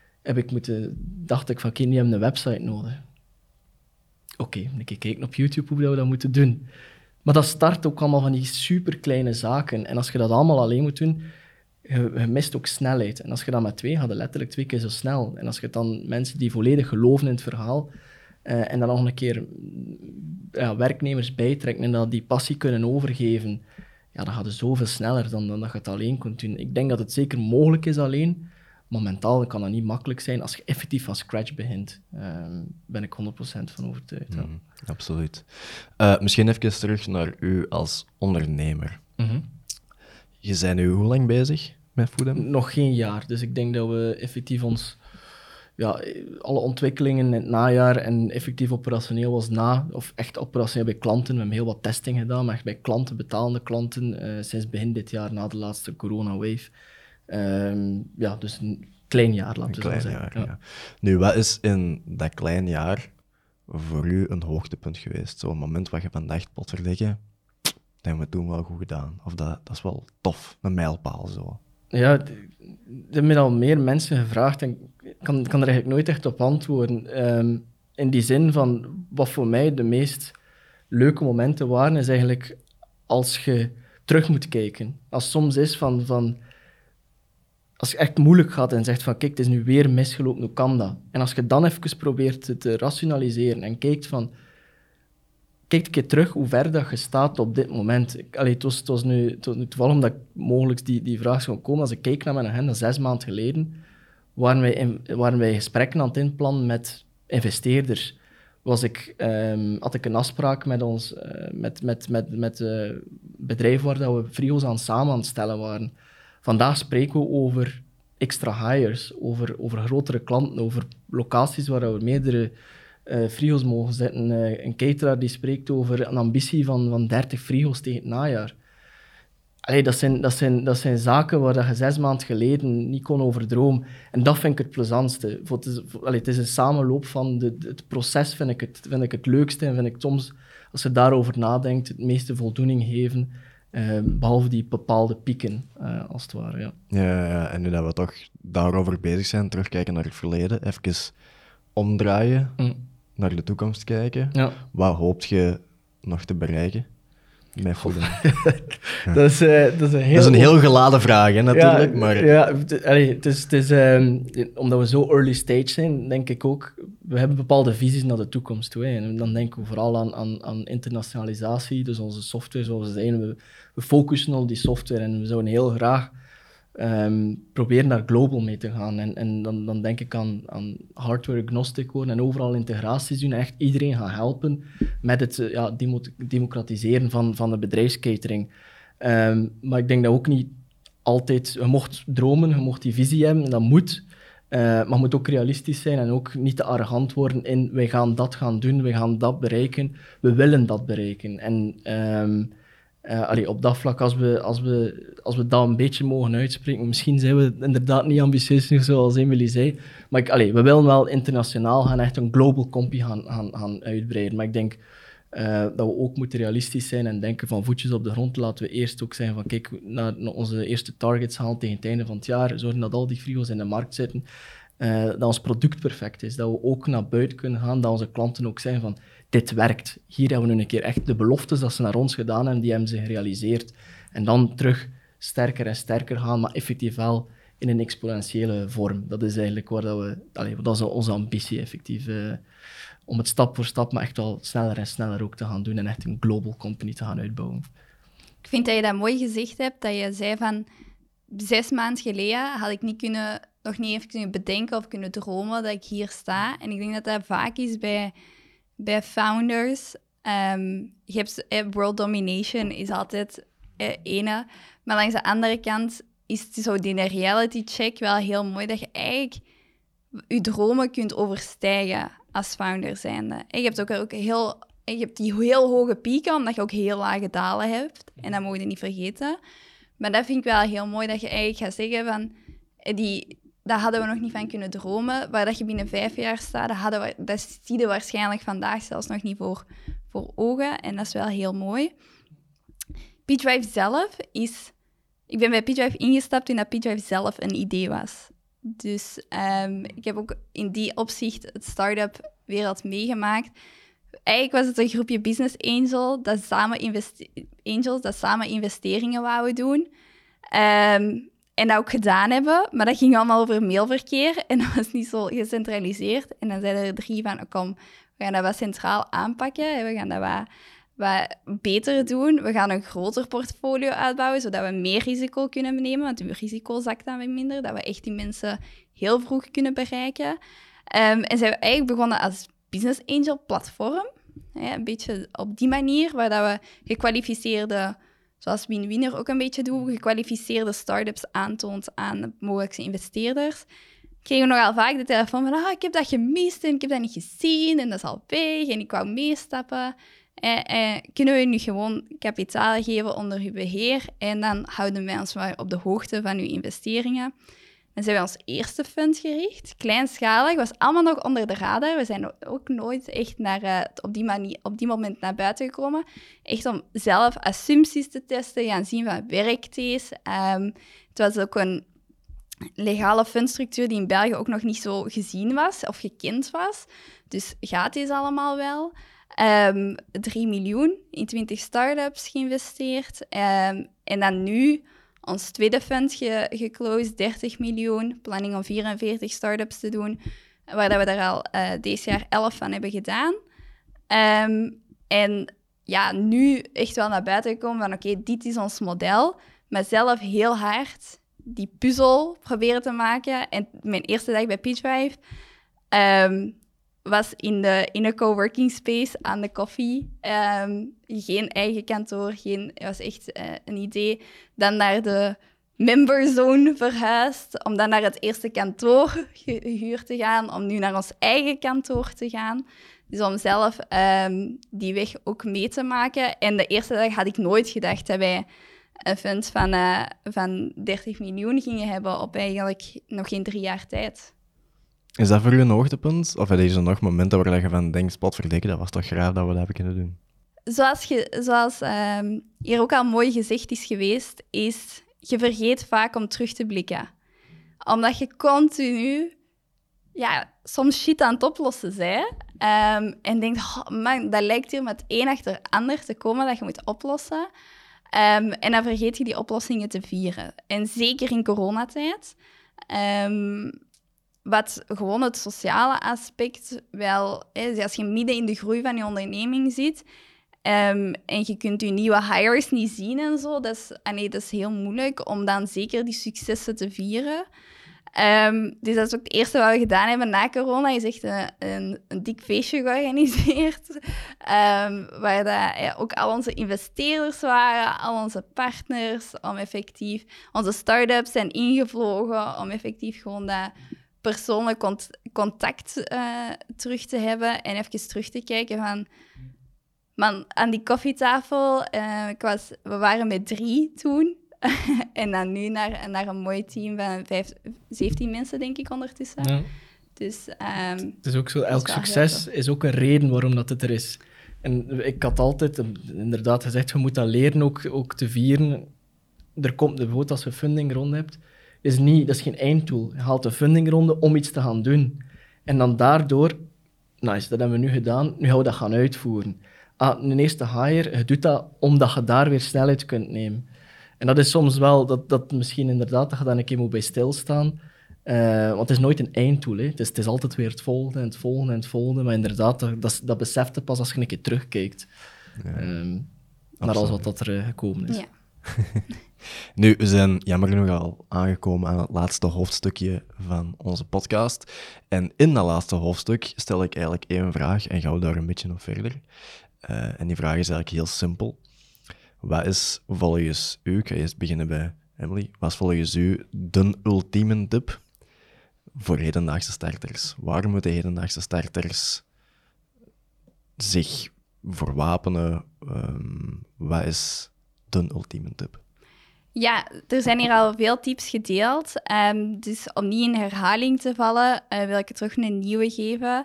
dacht ik van, oké, nu hebben we een website nodig. Oké, ik keek op YouTube hoe we dat moeten doen. Maar dat start ook allemaal van die superkleine zaken. En als je dat allemaal alleen moet doen, je mist ook snelheid. En als je dat met 2 gaat, letterlijk 2 keer zo snel. En als je dan mensen die volledig geloven in het verhaal, en dan nog een keer werknemers bijtrekt en dat die passie kunnen overgeven, ja, dan gaat het zoveel sneller dan dat je het alleen kunt doen. Ik denk dat het zeker mogelijk is alleen. Momentaal kan dat niet makkelijk zijn als je effectief van scratch begint. Ben ik 100% van overtuigd. Ja. Absoluut. Misschien even terug naar u als ondernemer. Je bent nu hoe lang bezig met Foodem? Nog geen jaar, dus ik denk dat we effectief alle ontwikkelingen in het najaar en effectief operationeel was of echt operationeel bij klanten. We hebben heel wat testing gedaan, maar echt bij klanten, betalende klanten, sinds begin dit jaar, na de laatste corona-wave. Dus een klein jaar, laten we zo zeggen. Ja. Nu, wat is in dat klein jaar voor u een hoogtepunt geweest? Zo'n moment waar je van dacht, potverdikke, dat hebben we toen wel goed gedaan. Of dat is wel tof, een mijlpaal zo. Ja, er hebben me al meer mensen gevraagd en ik kan er eigenlijk nooit echt op antwoorden. In die zin van, wat voor mij de meest leuke momenten waren, is eigenlijk als je terug moet kijken. Als soms is van als je echt moeilijk gaat en zegt van, kijk, het is nu weer misgelopen, hoe kan dat? En als je dan even probeert te rationaliseren en kijkt een keer terug hoe ver dat je staat op dit moment. Het was nu toevallig omdat ik mogelijk die vraag zou komen. Als ik kijk naar mijn agenda, 6 maanden geleden, waren wij gesprekken aan het inplannen met investeerders. Had ik een afspraak met ons, met bedrijf waar dat we frigo's samen aan het stellen waren. Vandaag spreken we over extra hires, over grotere klanten, over locaties waar we meerdere frigo's mogen zetten. Een cateraar die spreekt over een ambitie van 30 frigo's tegen het najaar. Dat zijn zaken waar je 6 maanden geleden niet kon over dromen. En dat vind ik het plezantste. Het is een samenloop van het proces, vind ik het leukste. En vind ik soms, als je daarover nadenkt, het meeste voldoening geven. Behalve die bepaalde pieken, als het ware. Ja. Ja, en nu dat we toch daarover bezig zijn, terugkijken naar het verleden, even omdraaien, naar de toekomst kijken. Ja. Wat hoopt je nog te bereiken met Foodem? Dat is een heel geladen vraag, hè, natuurlijk. Ja, maar... ja, het is omdat we zo early stage zijn, denk ik ook, we hebben bepaalde visies naar de toekomst toe. Hè. En dan denken we vooral aan internationalisatie, dus onze software, zoals we zeiden, we focussen op die software en we zouden heel graag proberen naar global mee te gaan. En dan denk ik aan hardware agnostic worden en overal integraties doen en echt iedereen gaan helpen met het democratiseren van de bedrijfscatering. Maar ik denk dat ook niet altijd... Je mocht dromen, je mocht die visie hebben, en dat moet. Maar je moet ook realistisch zijn en ook niet te arrogant worden in wij gaan dat gaan doen, wij gaan dat bereiken, we willen dat bereiken. En op dat vlak, als we dat een beetje mogen uitspreken, misschien zijn we inderdaad niet ambitieus genoeg, zoals Emily zei, maar we willen wel internationaal gaan, echt een global company gaan uitbreiden. Maar ik denk dat we ook moeten realistisch zijn en denken van voetjes op de grond. Laten we eerst ook zeggen van kijk, naar onze eerste targets halen tegen het einde van het jaar, zorgen dat al die frigo's in de markt zitten, dat ons product perfect is, dat we ook naar buiten kunnen gaan, dat onze klanten ook zeggen van dit werkt. Hier hebben we nu een keer echt de beloftes dat ze naar ons gedaan hebben, die hebben ze gerealiseerd. En dan terug sterker en sterker gaan, maar effectief wel in een exponentiële vorm. Dat is eigenlijk dat is onze ambitie effectief. Om het stap voor stap, maar echt wel sneller en sneller ook te gaan doen en echt een global company te gaan uitbouwen. Ik vind dat je dat mooi gezegd hebt, dat je zei van 6 maanden geleden had ik nog niet even kunnen bedenken of kunnen dromen dat ik hier sta. En ik denk dat dat vaak is bij founders. Je hebt world domination is altijd ene, maar langs de andere kant is het zo die reality check wel heel mooi dat je eigenlijk je dromen kunt overstijgen als founder zijnde. Je hebt ook je hebt die heel hoge pieken, omdat je ook heel lage dalen hebt. En dat mogen je niet vergeten. Maar dat vind ik wel heel mooi, dat je eigenlijk gaat zeggen van... Daar hadden we nog niet van kunnen dromen. Waar dat je binnen 5 jaar staat, dat zie je waarschijnlijk vandaag zelfs nog niet voor ogen. En dat is wel heel mooi. PitchDrive zelf is... Ik ben bij PitchDrive ingestapt toen dat PitchDrive zelf een idee was. Dus ik heb ook in die opzicht het start-up wereld meegemaakt. Eigenlijk was het een groepje business angels dat samen investeringen wouden doen. En dat ook gedaan hebben, maar dat ging allemaal over mailverkeer en dat was niet zo gecentraliseerd. En dan zeiden er 3 van, kom, we gaan dat wat centraal aanpakken en we gaan dat wat beter doen. We gaan een groter portfolio uitbouwen, zodat we meer risico kunnen nemen, want uw risico zakt dan weer minder, dat we echt die mensen heel vroeg kunnen bereiken. En zijn we eigenlijk begonnen als business angel platform, een beetje op die manier, waar dat we gekwalificeerde... Zoals Win-Winner ook een beetje doet, gekwalificeerde start-ups aantoont aan mogelijke investeerders. Kregen we nogal vaak de telefoon van, ik heb dat gemist en ik heb dat niet gezien en dat is al weg en ik wou meestappen. Kunnen we nu gewoon kapitaal geven onder uw beheer en dan houden wij ons maar op de hoogte van uw investeringen. Dan zijn we ons eerste fund gericht, kleinschalig, was allemaal nog onder de radar. We zijn ook nooit echt op die moment naar buiten gekomen. Echt om zelf assumpties te testen, gaan zien van werkt deze. Het was ook een legale fundstructuur die in België ook nog niet zo gezien was of gekend was. Dus gaat deze allemaal wel. 3 miljoen in 20 start-ups geïnvesteerd. En dan nu... Ons tweede fund geclosed, 30 miljoen. Planning om 44 start-ups te doen, waar dat we daar al deze jaar 11 van hebben gedaan. En ja, nu echt wel naar buiten gekomen van oké, dit is ons model. Maar zelf heel hard die puzzel proberen te maken. En mijn eerste dag bij PitchDrive was in een coworking space aan de koffie. Geen eigen kantoor, het was echt een idee. Dan naar de memberzone verhuisd, om dan naar het eerste kantoor gehuurd te gaan, om nu naar ons eigen kantoor te gaan. Dus om zelf die weg ook mee te maken. En de eerste dag had ik nooit gedacht dat wij een fund van 30 miljoen gingen hebben op eigenlijk nog geen 3 jaar tijd. Is dat voor u een hoogtepunt? Of heb je nog momenten waar je van denkt, potverdikke, dat was toch graaf dat we dat hebben kunnen doen? Zoals hier ook al mooi gezegd is geweest, is je vergeet vaak om terug te blikken. Omdat je continu soms shit aan het oplossen bent. En denkt, man, dat lijkt hier met één achter ander te komen dat je moet oplossen. En dan vergeet je die oplossingen te vieren. En zeker in coronatijd... Wat gewoon het sociale aspect wel is, als je midden in de groei van je onderneming zit en je kunt je nieuwe hires niet zien en zo, dat is heel moeilijk om dan zeker die successen te vieren. Dus dat is ook het eerste wat we gedaan hebben na corona, is echt een dik feestje georganiseerd, waar ook al onze investeerders waren, al onze partners, om effectief... Onze start-ups zijn ingevlogen om effectief gewoon dat... persoonlijk contact terug te hebben en even terug te kijken van... Man, aan die koffietafel, we waren met 3 toen. En dan nu naar een mooi team van 17 mensen, denk ik, ondertussen. Ja. Dus, het is ook zo, elk succes is ook een reden waarom dat het er is. En ik had altijd inderdaad gezegd, je moet dat leren ook te vieren. Er komt bijvoorbeeld als je fundingronde hebt... Dat is geen einddoel. Je haalt een fundingronde om iets te gaan doen. En dan daardoor, nice, dat hebben we nu gedaan, nu gaan we dat gaan uitvoeren. Een eerste hire, je doet dat omdat je daar weer snelheid kunt nemen. En dat is soms wel, dat misschien inderdaad, dat je daar een keer moet bij stilstaan. Want het is nooit een einddoel. Hè. Het is altijd weer het volgende en het volgende en het volgende. Maar inderdaad, dat beseft je pas als je een keer terugkijkt. Naar alles wat er gekomen is. Ja. Nu, we zijn jammer genoeg al aangekomen aan het laatste hoofdstukje van onze podcast. En in dat laatste hoofdstuk stel ik eigenlijk 1 vraag en gaan we daar een beetje nog verder. En die vraag is eigenlijk heel simpel. Wat is volgens u, ik ga eerst beginnen bij Emily, wat is volgens u de ultieme tip voor hedendaagse starters? Waar moeten hedendaagse starters zich voor wapenen? Wat is de ultieme tip? Ja, er zijn hier al veel tips gedeeld. Dus om niet in herhaling te vallen, wil ik er terug een nieuwe geven.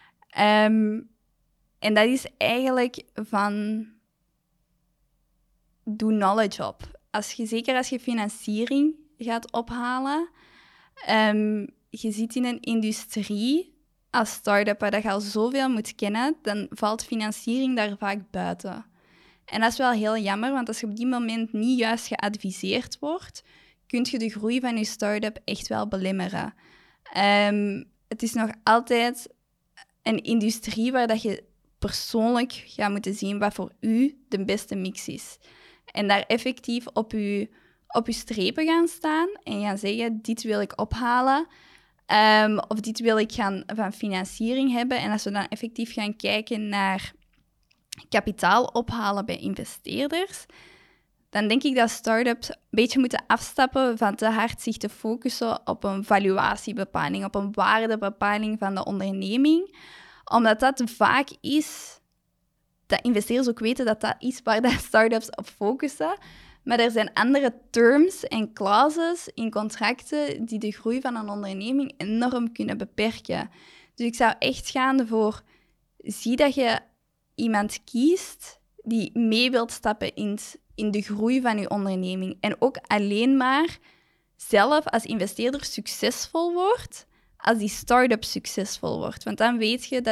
En dat is eigenlijk van... doe knowledge op. Zeker als je financiering gaat ophalen, je zit in een industrie als start-up waar je al zoveel moet kennen, dan valt financiering daar vaak buiten. En dat is wel heel jammer, want als je op die moment niet juist geadviseerd wordt, kun je de groei van je start-up echt wel belemmeren. Het is nog altijd een industrie waar dat je persoonlijk gaat moeten zien wat voor u de beste mix is. En daar effectief op je strepen gaan staan en gaan zeggen, dit wil ik ophalen, of dit wil ik van financiering hebben. En als we dan effectief gaan kijken naar kapitaal ophalen bij investeerders, dan denk ik dat start-ups een beetje moeten afstappen van te hard zich te focussen op een valuatiebepaling, op een waardebepaling van de onderneming. Omdat dat vaak is, dat investeerders ook weten dat dat is waar de start-ups op focussen. Maar er zijn andere terms en clauses in contracten die de groei van een onderneming enorm kunnen beperken. Dus ik zou echt gaan voor, zie dat je iemand kiest die mee wilt stappen in de groei van je onderneming. En ook alleen maar zelf als investeerder succesvol wordt, als die start-up succesvol wordt. Want dan weet je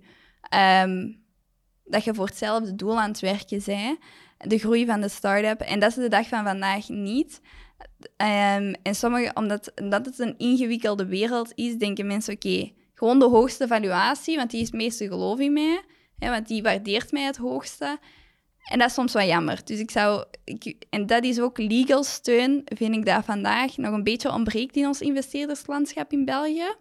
dat je voor hetzelfde doel aan het werken bent, de groei van de start-up. En dat is de dag van vandaag niet. En sommigen, omdat het een ingewikkelde wereld is, denken mensen, oké, gewoon de hoogste valuatie, want die is het meeste geloof in mij, want die waardeert mij het hoogste. En dat is soms wel jammer. Dus en dat is ook legal steun, vind ik dat vandaag nog een beetje ontbreekt in ons investeerderslandschap in België.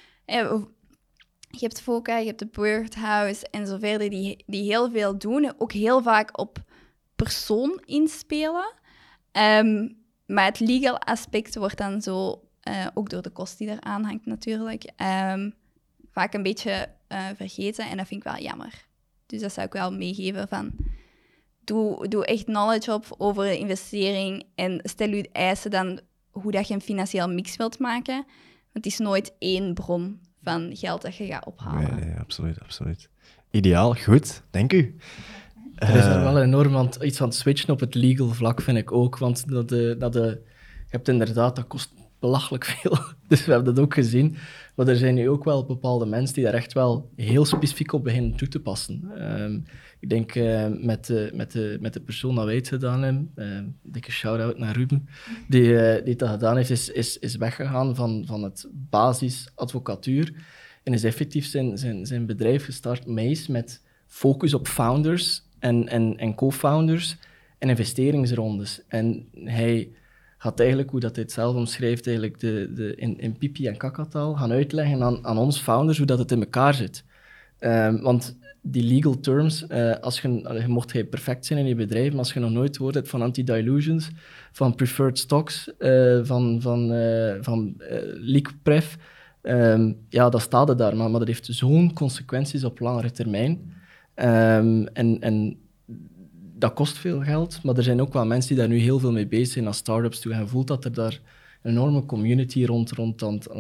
Je hebt FOCA, je hebt de Birdhouse en zo verder, die heel veel doen. Ook heel vaak op persoon inspelen. Maar het legal aspect wordt dan zo, ook door de kost die eraan hangt natuurlijk, vaak een beetje vergeten. En dat vind ik wel jammer. Dus dat zou ik wel meegeven van, doe echt knowledge op over investering en stel je eisen dan hoe dat je een financieel mix wilt maken. Want het is nooit één bron van geld dat je gaat ophalen. Nee, absoluut. Ideaal, goed, dank u. Er is er wel enorm iets aan het switchen op het legal vlak, vind ik ook. Want je hebt inderdaad, dat kost belachelijk veel. Dus we hebben dat ook gezien. Maar er zijn nu ook wel bepaalde mensen die daar echt wel heel specifiek op beginnen toe te passen. Ik denk met de persoon dat wij het gedaan hebben, dikke shout-out naar Ruben, die dat gedaan heeft, is weggegaan van het basisadvocatuur en is effectief zijn bedrijf gestart, Mace, met focus op founders en co-founders en investeringsrondes. En hij gaat eigenlijk, hoe dat hij het zelf omschrijft, eigenlijk in pipi- en kakataal gaan uitleggen aan ons founders hoe dat het in elkaar zit. Want die legal terms, je mocht perfect zijn in je bedrijf, maar als je nog nooit hoort hebt van anti-dilutions, van preferred stocks, van leak-pref, dat staat er daar, maar dat heeft zo'n consequenties op langere termijn. En dat kost veel geld, maar er zijn ook wel mensen die daar nu heel veel mee bezig zijn als start-ups toe. En je voelt dat er daar een enorme community rond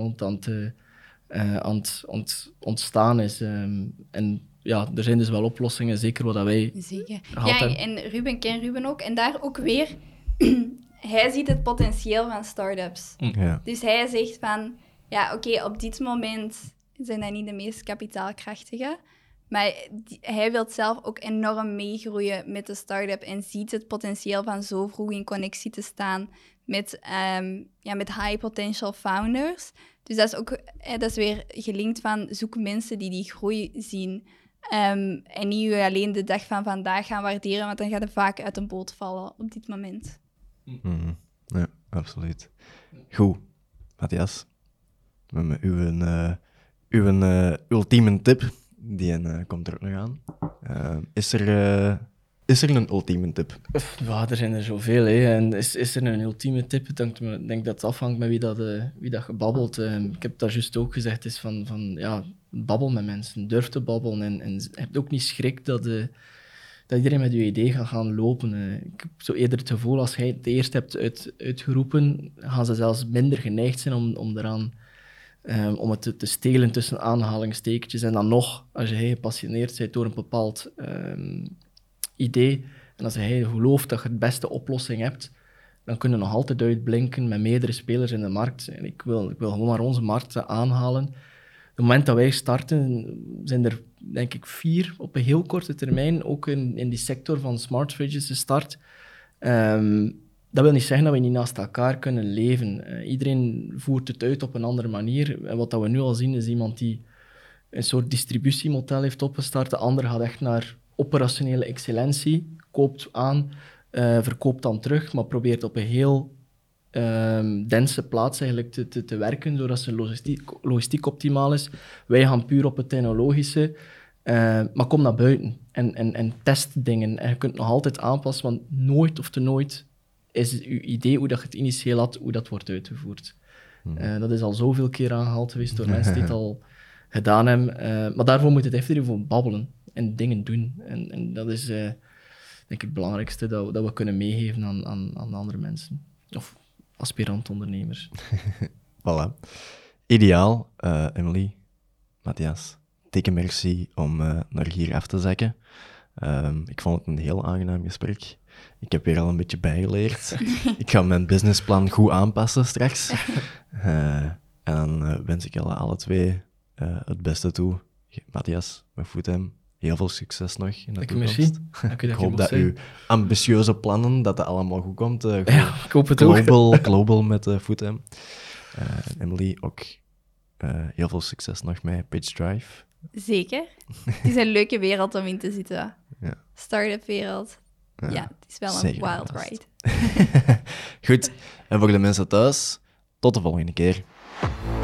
aan het ontstaan is. En ja, er zijn dus wel oplossingen, zeker wat wij Zeker. gehad hebben. En Ruben ken Ruben ook. En daar ook weer, hij ziet het potentieel van start-ups. Ja. Dus hij zegt van, ja, oké, op dit moment zijn dat niet de meest kapitaalkrachtige. Maar hij wil zelf ook enorm meegroeien met de start-up en ziet het potentieel van zo vroeg in connectie te staan met high potential founders. Dus dat is ook dat is weer gelinkt van zoek mensen die groei zien. En niet je alleen de dag van vandaag gaan waarderen, want dan gaat het vaak uit een boot vallen op dit moment. Mm-hmm. Ja, absoluut. Goed, Matthias. Met uw ultieme tip, die komt er ook nog aan. Is er een ultieme tip? Ja, er zijn er zoveel. Hè. En is er een ultieme tip? Ik denk dat het afhangt met wie dat gebabbelt. Ik heb daar juist ook gezegd, is van babbel met mensen. Durf te babbelen. En heb ook niet schrik dat iedereen met je idee gaat gaan lopen. Ik heb zo eerder het gevoel, als jij het eerst hebt uitgeroepen, gaan ze zelfs minder geneigd zijn om het te stelen tussen aanhalingstekentjes. En dan nog, als je gepassioneerd bent door een bepaald idee, En als jij gelooft dat je de beste oplossing hebt, dan kun je nog altijd uitblinken met meerdere spelers in de markt. En ik wil gewoon maar onze markt aanhalen. Op het moment dat wij starten, zijn er denk ik 4 op een heel korte termijn, ook in die sector van smart fridges gestart. Dat wil niet zeggen dat we niet naast elkaar kunnen leven. Iedereen voert het uit op een andere manier. En wat dat we nu al zien, is iemand die een soort distributiemodel heeft opgestart. De ander gaat echt naar operationele excellentie, koopt aan, verkoopt dan terug, maar probeert op een heel dense plaats eigenlijk te werken, zodat zijn logistiek optimaal is. Wij gaan puur op het technologische, maar kom naar buiten en test dingen. En je kunt nog altijd aanpassen, want nooit of te nooit is uw idee hoe dat je het initieel had, hoe dat wordt uitgevoerd. Dat is al zoveel keer aangehaald geweest door mensen die het al gedaan hebben. Maar daarvoor moet het even over babbelen en dingen doen. En dat is denk ik het belangrijkste dat we kunnen meegeven aan andere mensen. Of aspirant-ondernemers. Voilà. Ideaal. Emily, Matthias, dikke merci om naar hier af te zakken. Ik vond het een heel aangenaam gesprek. Ik heb weer al een beetje bijgeleerd. Ik ga mijn businessplan goed aanpassen straks. En dan wens ik alle twee het beste toe. Matthias, met Foodham, heel veel succes nog in de toekomst. Merci. Ik hoop dat uw ambitieuze plannen, dat allemaal goed komt. Ja, ik hoop het ook. Global met Foodham. Emily, ook heel veel succes nog met Pitch Drive. Zeker. Het is een leuke wereld om in te zitten. Ja. Start-up wereld. Ja, het is wel een zeker wild vast. ride. Goed, en voor de mensen thuis, tot de volgende keer.